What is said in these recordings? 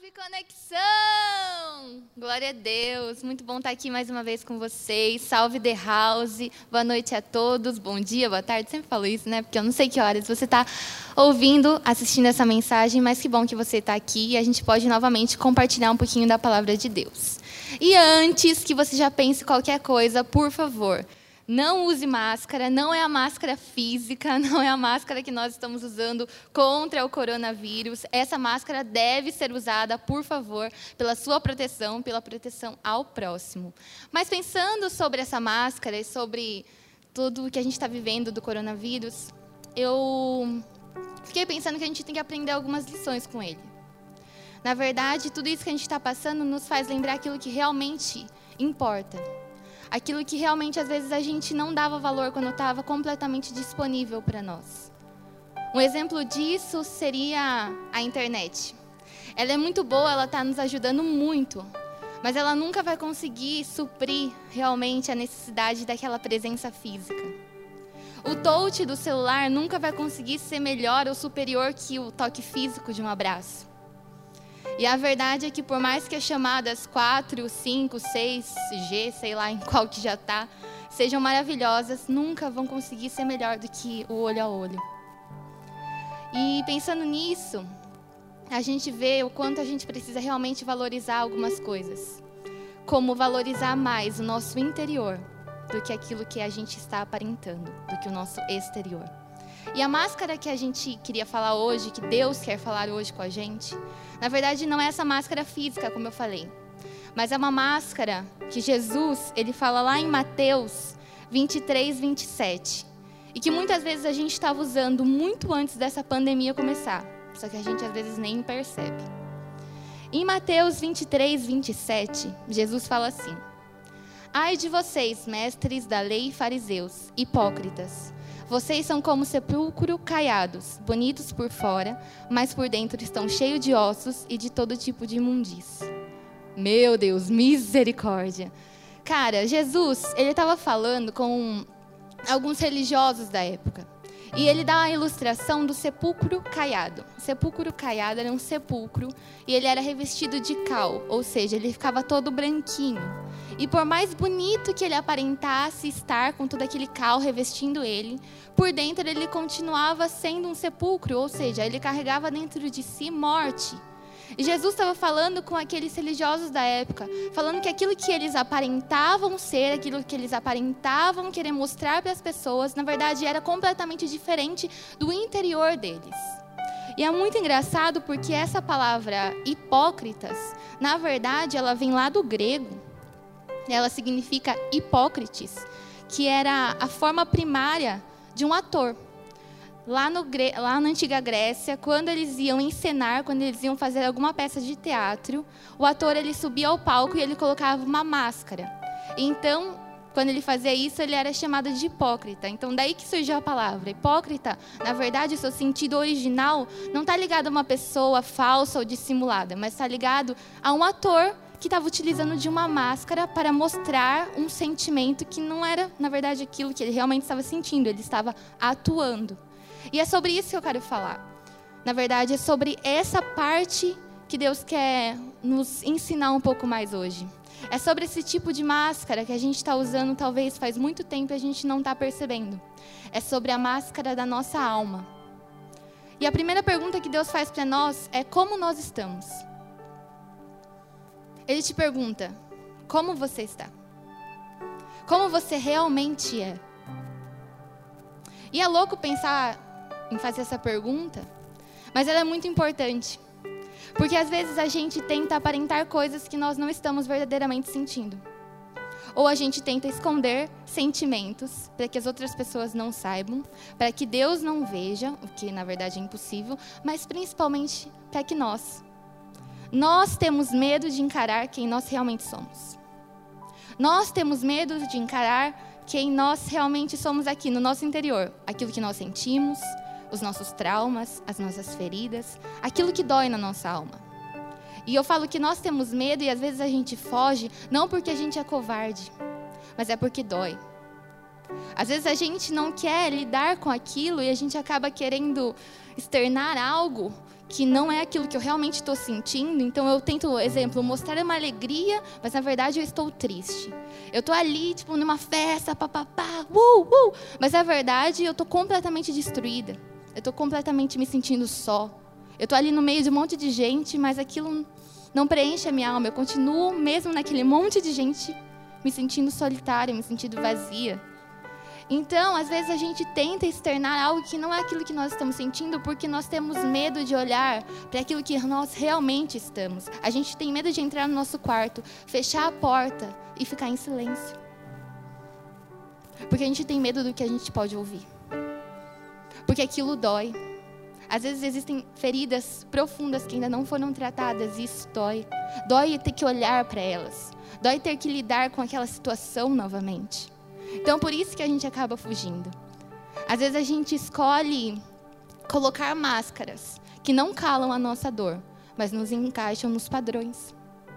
Salve, conexão! Glória a Deus, muito bom estar aqui mais uma vez com vocês. Salve, The House, boa noite a todos, bom dia, boa tarde, sempre falo isso, né? Porque eu não sei que horas você está ouvindo, assistindo essa mensagem, mas que bom que você está aqui e a gente pode novamente compartilhar um pouquinho da palavra de Deus. E antes que você já pense qualquer coisa, por favor, não use máscara, não é a máscara física, não é a máscara que nós estamos usando contra o coronavírus. Essa máscara deve ser usada, por favor, pela sua proteção, pela proteção ao próximo. Mas pensando sobre essa máscara e sobre tudo o que a gente está vivendo do coronavírus, eu fiquei pensando que a gente tem que aprender algumas lições com ele. Na verdade, tudo isso que a gente está passando nos faz lembrar aquilo que realmente importa. Aquilo que realmente, às vezes, a gente não dava valor quando estava completamente disponível para nós. Um exemplo disso seria a internet. Ela é muito boa, ela está nos ajudando muito, mas ela nunca vai conseguir suprir realmente a necessidade daquela presença física. O touch do celular nunca vai conseguir ser melhor ou superior que o toque físico de um abraço. E a verdade é que por mais que as chamadas 4, 5, 6G, sei lá em qual que já está, sejam maravilhosas, nunca vão conseguir ser melhor do que o olho a olho. E pensando nisso, a gente vê o quanto a gente precisa realmente valorizar algumas coisas. Como valorizar mais o nosso interior do que aquilo que a gente está aparentando, do que o nosso exterior. E a máscara que a gente queria falar hoje, que Deus quer falar hoje com a gente, na verdade não é essa máscara física, como eu falei, mas é uma máscara que Jesus, ele fala lá em Mateus 23, 27, e que muitas vezes a gente estava usando muito antes dessa pandemia começar, só que a gente às vezes nem percebe. Em Mateus 23, 27, Jesus fala assim: Ai de vocês, mestres da lei e fariseus, hipócritas! Vocês são como sepulcro caiados, bonitos por fora, mas por dentro estão cheios de ossos e de todo tipo de imundície. Meu Deus, misericórdia! Cara, Jesus, ele estava falando com alguns religiosos da época. E ele dá a ilustração do sepulcro caiado. O sepulcro caiado era um sepulcro e ele era revestido de cal, ou seja, ele ficava todo branquinho. E por mais bonito que ele aparentasse estar com todo aquele cal revestindo ele, por dentro ele continuava sendo um sepulcro, ou seja, ele carregava dentro de si morte. E Jesus estava falando com aqueles religiosos da época, falando que aquilo que eles aparentavam ser, aquilo que eles aparentavam querer mostrar para as pessoas, na verdade era completamente diferente do interior deles. E é muito engraçado porque essa palavra hipócritas, na verdade ela vem lá do grego. Ela significa hipócrites, que era a forma primária de um ator. Lá na antiga Grécia, quando eles iam encenar, quando eles iam fazer alguma peça de teatro, o ator ele subia ao palco e ele colocava uma máscara. Então, quando ele fazia isso, ele era chamado de hipócrita. Então, daí que surgiu a palavra. Hipócrita, na verdade, o seu sentido original não está ligado a uma pessoa falsa ou dissimulada, mas está ligado a um ator que estava utilizando de uma máscara para mostrar um sentimento que não era, na verdade, aquilo que ele realmente estava sentindo, ele estava atuando. E é sobre isso que eu quero falar. Na verdade, é sobre essa parte que Deus quer nos ensinar um pouco mais hoje. É sobre esse tipo de máscara que a gente está usando talvez faz muito tempo e a gente não está percebendo. É sobre a máscara da nossa alma. E a primeira pergunta que Deus faz para nós é como nós estamos. Ele te pergunta, como você está? Como você realmente é? E é louco pensar em fazer essa pergunta, mas ela é muito importante. Porque às vezes a gente tenta aparentar coisas que nós não estamos verdadeiramente sentindo. Ou a gente tenta esconder sentimentos para que as outras pessoas não saibam, para que Deus não veja, o que na verdade é impossível, mas principalmente para que nós temos medo de encarar quem nós realmente somos. Nós temos medo de encarar quem nós realmente somos aqui no nosso interior. Aquilo que nós sentimos, os nossos traumas, as nossas feridas, aquilo que dói na nossa alma. E eu falo que nós temos medo e às vezes a gente foge, não porque a gente é covarde, mas é porque dói. Às vezes a gente não quer lidar com aquilo e a gente acaba querendo externar algo que não é aquilo que eu realmente estou sentindo, então eu tento, exemplo, mostrar uma alegria, mas na verdade eu estou triste. Eu estou ali, tipo, numa festa, papapá, mas na verdade eu estou completamente destruída. Eu estou completamente me sentindo só. Eu estou ali no meio de um monte de gente, mas aquilo não preenche a minha alma. Eu continuo, mesmo naquele monte de gente, me sentindo solitária, me sentindo vazia. Então, às vezes a gente tenta externar algo que não é aquilo que nós estamos sentindo, porque nós temos medo de olhar para aquilo que nós realmente estamos. A gente tem medo de entrar no nosso quarto, fechar a porta e ficar em silêncio. Porque a gente tem medo do que a gente pode ouvir. Porque aquilo dói. Às vezes existem feridas profundas que ainda não foram tratadas e isso dói. Dói ter que olhar para elas. Dói ter que lidar com aquela situação novamente. Então, por isso que a gente acaba fugindo. Às vezes a gente escolhe colocar máscaras que não calam a nossa dor, mas nos encaixam nos padrões.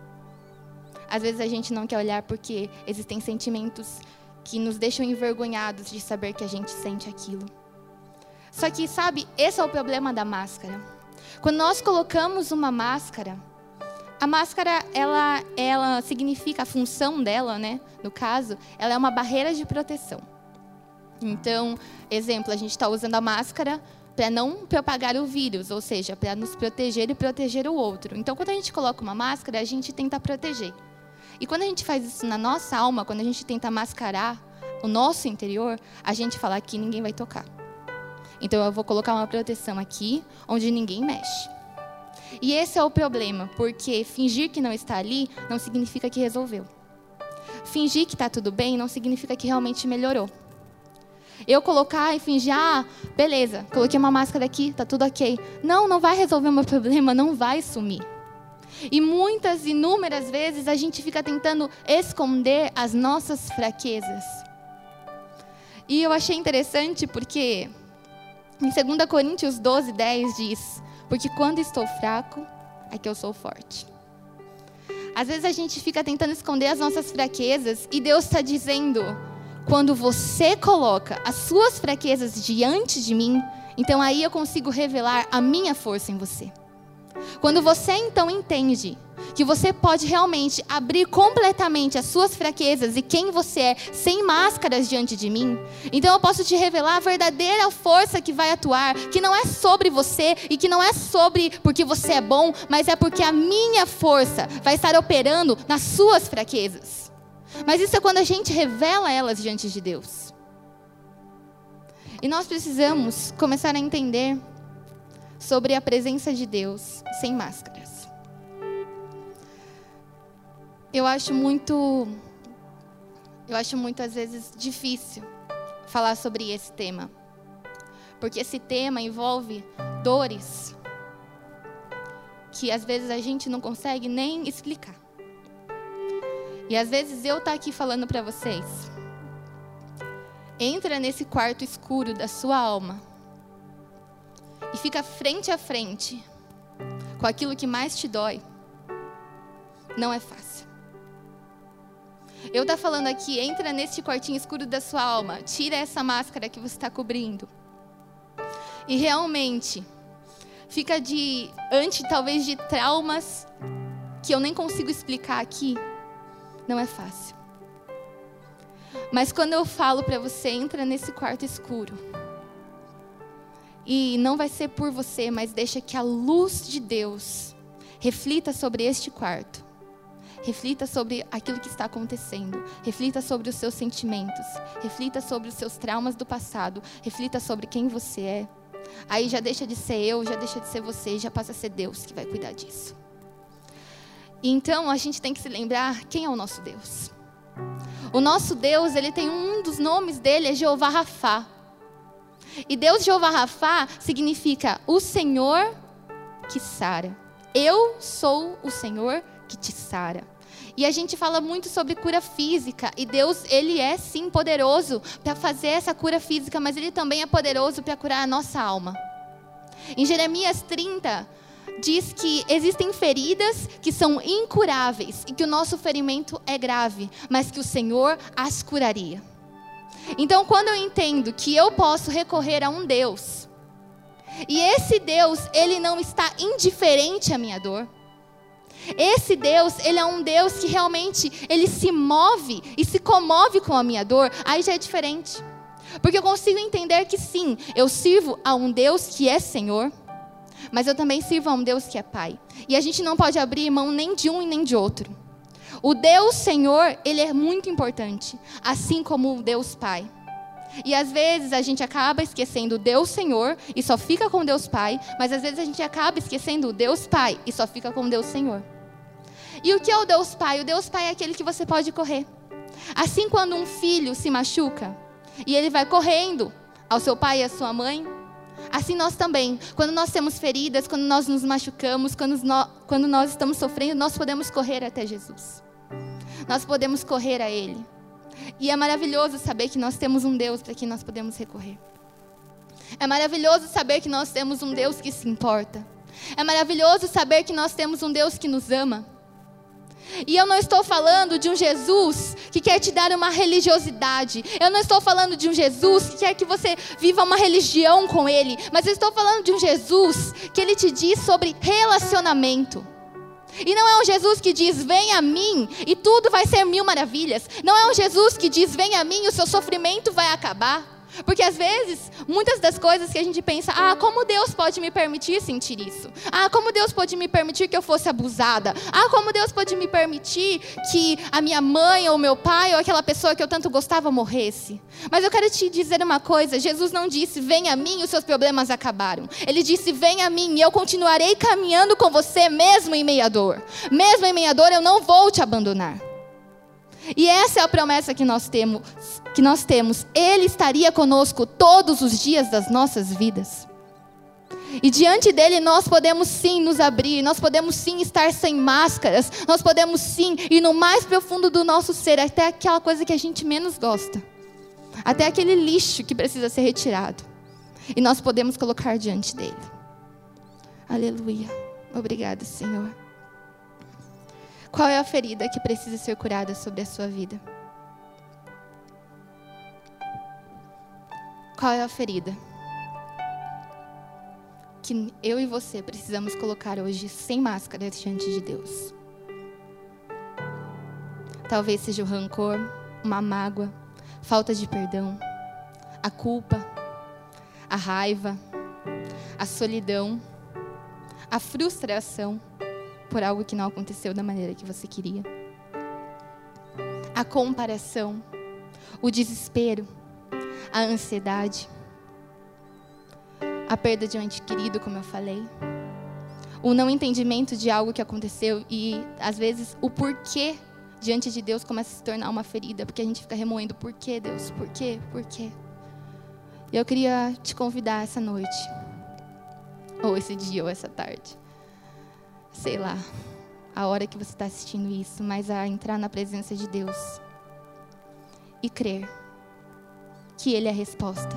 Às vezes a gente não quer olhar porque existem sentimentos que nos deixam envergonhados de saber que a gente sente aquilo. Só que, sabe, esse é o problema da máscara. Quando nós colocamos uma máscara, a máscara, ela significa, a função dela, né, no caso, ela é uma barreira de proteção. Então, exemplo, a gente está usando a máscara para não propagar o vírus, ou seja, para nos proteger e proteger o outro. Então, quando a gente coloca uma máscara, a gente tenta proteger. E quando a gente faz isso na nossa alma, quando a gente tenta mascarar o nosso interior, a gente fala aqui ninguém vai tocar. Então, eu vou colocar uma proteção aqui, onde ninguém mexe. E esse é o problema, porque fingir que não está ali não significa que resolveu. Fingir que está tudo bem não significa que realmente melhorou. Eu colocar e fingir, beleza, coloquei uma máscara aqui, está tudo ok. Não vai resolver o meu problema, não vai sumir. E inúmeras vezes a gente fica tentando esconder as nossas fraquezas. E eu achei interessante porque em 2 Coríntios 12:10 diz: porque quando estou fraco, é que eu sou forte. Às vezes a gente fica tentando esconder as nossas fraquezas e Deus está dizendo: quando você coloca as suas fraquezas diante de mim, então aí eu consigo revelar a minha força em você. Quando você então entende que você pode realmente abrir completamente as suas fraquezas e quem você é, sem máscaras diante de mim, então eu posso te revelar a verdadeira força que vai atuar, que não é sobre você e que não é sobre porque você é bom, mas é porque a minha força vai estar operando nas suas fraquezas. Mas isso é quando a gente revela elas diante de Deus. E nós precisamos começar a entender sobre a presença de Deus sem máscaras. Eu acho muito às vezes difícil falar sobre esse tema, porque esse tema envolve dores que às vezes a gente não consegue nem explicar. E às vezes eu estou aqui falando para vocês, entra nesse quarto escuro da sua alma e fica frente a frente com aquilo que mais te dói, não é fácil. Eu estou falando aqui, entra nesse quartinho escuro da sua alma, tira essa máscara que você está cobrindo. E realmente, fica diante talvez de traumas que eu nem consigo explicar aqui, não é fácil. Mas quando eu falo para você, entra nesse quarto escuro. E não vai ser por você, mas deixa que a luz de Deus reflita sobre este quarto. Reflita sobre aquilo que está acontecendo. Reflita sobre os seus sentimentos. Reflita sobre os seus traumas do passado. Reflita sobre quem você é. Aí já deixa de ser eu, já deixa de ser você, já passa a ser Deus que vai cuidar disso. Então a gente tem que se lembrar quem é o nosso Deus. O nosso Deus, ele tem um dos nomes dele, é Jeová Rafá. E Deus Jeová Rafá significa o Senhor que sara. Eu sou o Senhor que te sara. E a gente fala muito sobre cura física. E Deus, ele é sim poderoso para fazer essa cura física, mas ele também é poderoso para curar a nossa alma. Em Jeremias 30, diz que existem feridas que são incuráveis e que o nosso ferimento é grave, mas que o Senhor as curaria. Então, quando eu entendo que eu posso recorrer a um Deus E esse Deus, Ele não está indiferente à minha dor. Esse Deus, Ele é um Deus que realmente, Ele se move e se comove com a minha dor. Aí já é diferente. Porque eu consigo entender que sim, eu sirvo a um Deus que é Senhor, mas eu também sirvo a um Deus que é Pai. E a gente não pode abrir mão nem de um e nem de outro. O Deus Senhor, Ele é muito importante, assim como o Deus Pai. E às vezes a gente acaba esquecendo o Deus Senhor e só fica com o Deus Pai, mas às vezes a gente acaba esquecendo o Deus Pai e só fica com o Deus Senhor. E o que é o Deus Pai? O Deus Pai é aquele que você pode correr. Assim, quando um filho se machuca e ele vai correndo ao seu pai e à sua mãe, assim nós também, quando nós temos feridas, quando nós nos machucamos, quando nós estamos sofrendo, nós podemos correr até Jesus. Nós podemos correr a Ele. E é maravilhoso saber que nós temos um Deus para quem nós podemos recorrer. É maravilhoso saber que nós temos um Deus que se importa. É maravilhoso saber que nós temos um Deus que nos ama. E eu não estou falando de um Jesus que quer te dar uma religiosidade. Eu não estou falando de um Jesus que quer que você viva uma religião com Ele. Mas eu estou falando de um Jesus que Ele te diz sobre relacionamento. E não é um Jesus que diz, vem a mim e tudo vai ser mil maravilhas. Não é um Jesus que diz, vem a mim e o seu sofrimento vai acabar. Porque às vezes, muitas das coisas que a gente pensa, como Deus pode me permitir sentir isso? Como Deus pode me permitir que eu fosse abusada? Como Deus pode me permitir que a minha mãe ou meu pai ou aquela pessoa que eu tanto gostava morresse? Mas eu quero te dizer uma coisa, Jesus não disse, vem a mim e os seus problemas acabaram. Ele disse, vem a mim e eu continuarei caminhando com você mesmo em meia dor. Mesmo em meia dor eu não vou te abandonar. E essa é a promessa que nós temos. Ele estaria conosco todos os dias das nossas vidas. E diante dele nós podemos sim nos abrir, nós podemos sim estar sem máscaras, nós podemos sim ir no mais profundo do nosso ser, até aquela coisa que a gente menos gosta, até aquele lixo que precisa ser retirado. E nós podemos colocar diante dele. Aleluia. Obrigada, Senhor. Qual é a ferida que precisa ser curada sobre a sua vida? Qual é a ferida que eu e você precisamos colocar hoje sem máscara diante de Deus? Talvez seja o rancor, uma mágoa, falta de perdão, a culpa, a raiva, a solidão, a frustração por algo que não aconteceu da maneira que você queria. A comparação, o desespero, a ansiedade, a perda de um ente querido, como eu falei, o não entendimento de algo que aconteceu e, às vezes, o porquê diante de Deus começa a se tornar uma ferida, porque a gente fica remoendo, por que Deus? Por quê? Por quê? E eu queria te convidar essa noite, ou esse dia, ou essa tarde, sei lá, a hora que você está assistindo isso, mas a entrar na presença de Deus e crer que Ele é a resposta.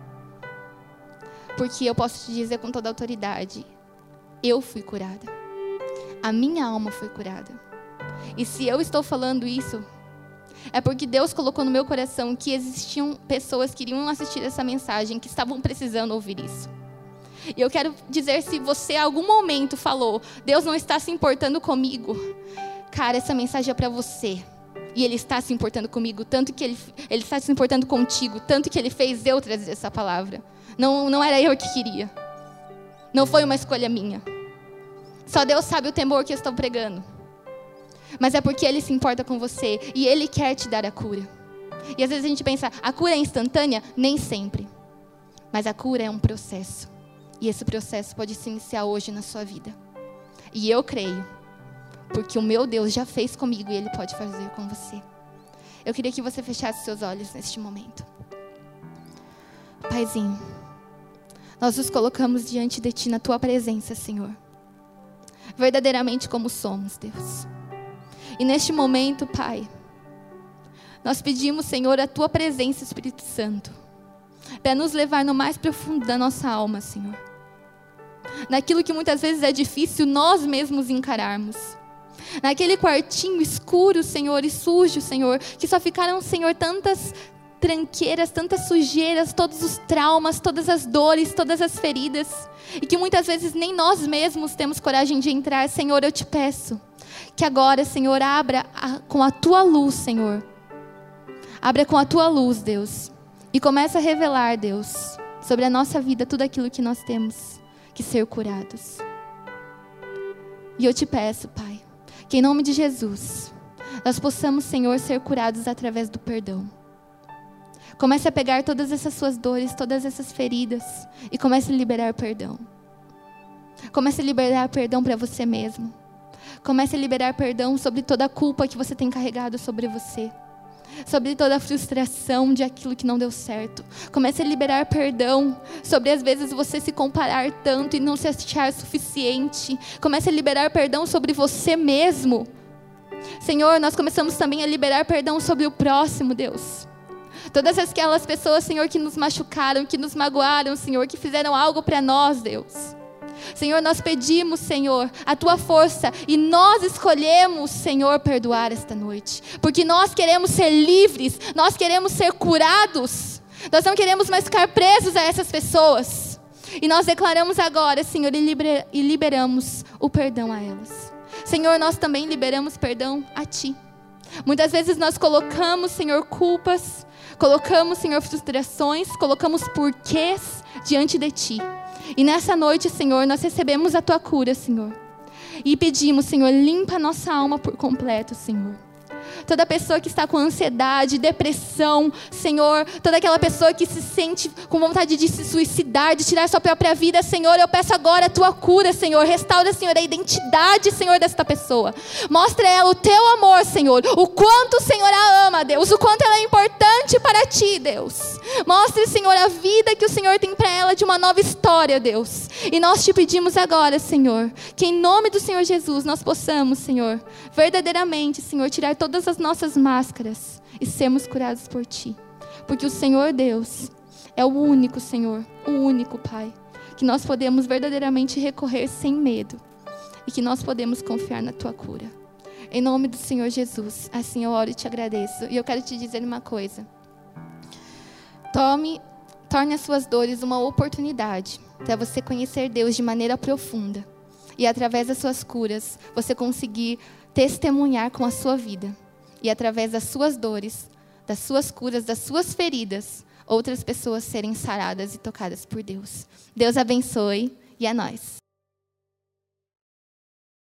Porque eu posso te dizer com toda a autoridade, eu fui curada, a minha alma foi curada. E se eu estou falando isso, é porque Deus colocou no meu coração que existiam pessoas que iriam assistir essa mensagem, que estavam precisando ouvir isso. E eu quero dizer, se você em algum momento falou, Deus não está se importando comigo, cara, essa mensagem é para você. E Ele está se importando comigo, tanto que Ele está se importando contigo, tanto que Ele fez eu trazer essa palavra. Não era eu que queria. Não foi uma escolha minha. Só Deus sabe o temor que eu estou pregando. Mas é porque Ele se importa com você e Ele quer te dar a cura. E às vezes a gente pensa, a cura é instantânea? Nem sempre. Mas a cura é um processo. E esse processo pode se iniciar hoje na sua vida. E eu creio, porque o meu Deus já fez comigo e Ele pode fazer com você. Eu queria que você fechasse seus olhos neste momento. Paizinho, nós nos colocamos diante de Ti na Tua presença, Senhor. Verdadeiramente como somos, Deus. E neste momento, Pai, nós pedimos, Senhor, a Tua presença, Espírito Santo, para nos levar no mais profundo da nossa alma, Senhor. Naquilo que muitas vezes é difícil nós mesmos encararmos. Naquele quartinho escuro, Senhor, e sujo, Senhor, que só ficaram, Senhor, tantas tranqueiras, tantas sujeiras, todos os traumas, todas as dores, todas as feridas, e que muitas vezes nem nós mesmos temos coragem de entrar. Senhor, eu te peço que agora, Senhor, abra com a tua luz, Senhor. Abra com a tua luz, Deus, e começa a revelar, Deus, sobre a nossa vida tudo aquilo que nós temos que ser curados. E eu te peço, Pai, que em nome de Jesus, nós possamos, Senhor, ser curados através do perdão. Comece a pegar todas essas suas dores, todas essas feridas, e comece a liberar perdão. Comece a liberar perdão para você mesmo. Comece a liberar perdão sobre toda a culpa que você tem carregado sobre você. Sobre toda a frustração de aquilo que não deu certo. Comece a liberar perdão sobre às vezes você se comparar tanto e não se achar suficiente. Comece a liberar perdão sobre você mesmo. Senhor, nós começamos também a liberar perdão sobre o próximo, Deus. Todas aquelas pessoas, Senhor, que nos machucaram, que nos magoaram, Senhor, que fizeram algo para nós, Deus. Senhor, nós pedimos, Senhor, a tua força, e nós escolhemos, Senhor, perdoar esta noite, porque nós queremos ser livres, nós queremos ser curados, nós não queremos mais ficar presos a essas pessoas, e nós declaramos agora, Senhor, e liberamos o perdão a elas. Senhor, nós também liberamos perdão a ti. Muitas vezes nós colocamos, Senhor, culpas, colocamos, Senhor, frustrações, colocamos porquês diante de ti. E nessa noite, Senhor, nós recebemos a tua cura, Senhor. E pedimos, Senhor, limpa a nossa alma por completo, Senhor. Toda pessoa que está com ansiedade, depressão, Senhor, toda aquela pessoa que se sente com vontade de se suicidar, de tirar sua própria vida, Senhor, eu peço agora a tua cura, Senhor. Restaura, Senhor, a identidade, Senhor, desta pessoa. Mostra a ela o teu amor, Senhor. O quanto o Senhor a ama, Deus. O quanto ela é importante para ti, Deus. Mostre, Senhor, a vida que o Senhor tem para ela de uma nova história, Deus. E nós te pedimos agora, Senhor, que em nome do Senhor Jesus nós possamos, Senhor, verdadeiramente, Senhor, tirar todas as nossas máscaras e sermos curados por ti. Porque o Senhor Deus é o único, Senhor, o único Pai, que nós podemos verdadeiramente recorrer sem medo e que nós podemos confiar na tua cura. Em nome do Senhor Jesus, assim eu oro e te agradeço. E eu quero te dizer uma coisa. Torne as suas dores uma oportunidade para você conhecer Deus de maneira profunda. E através das suas curas, você conseguir testemunhar com a sua vida. E através das suas dores, das suas curas, das suas feridas, outras pessoas serem saradas e tocadas por Deus. Deus abençoe e é nóis.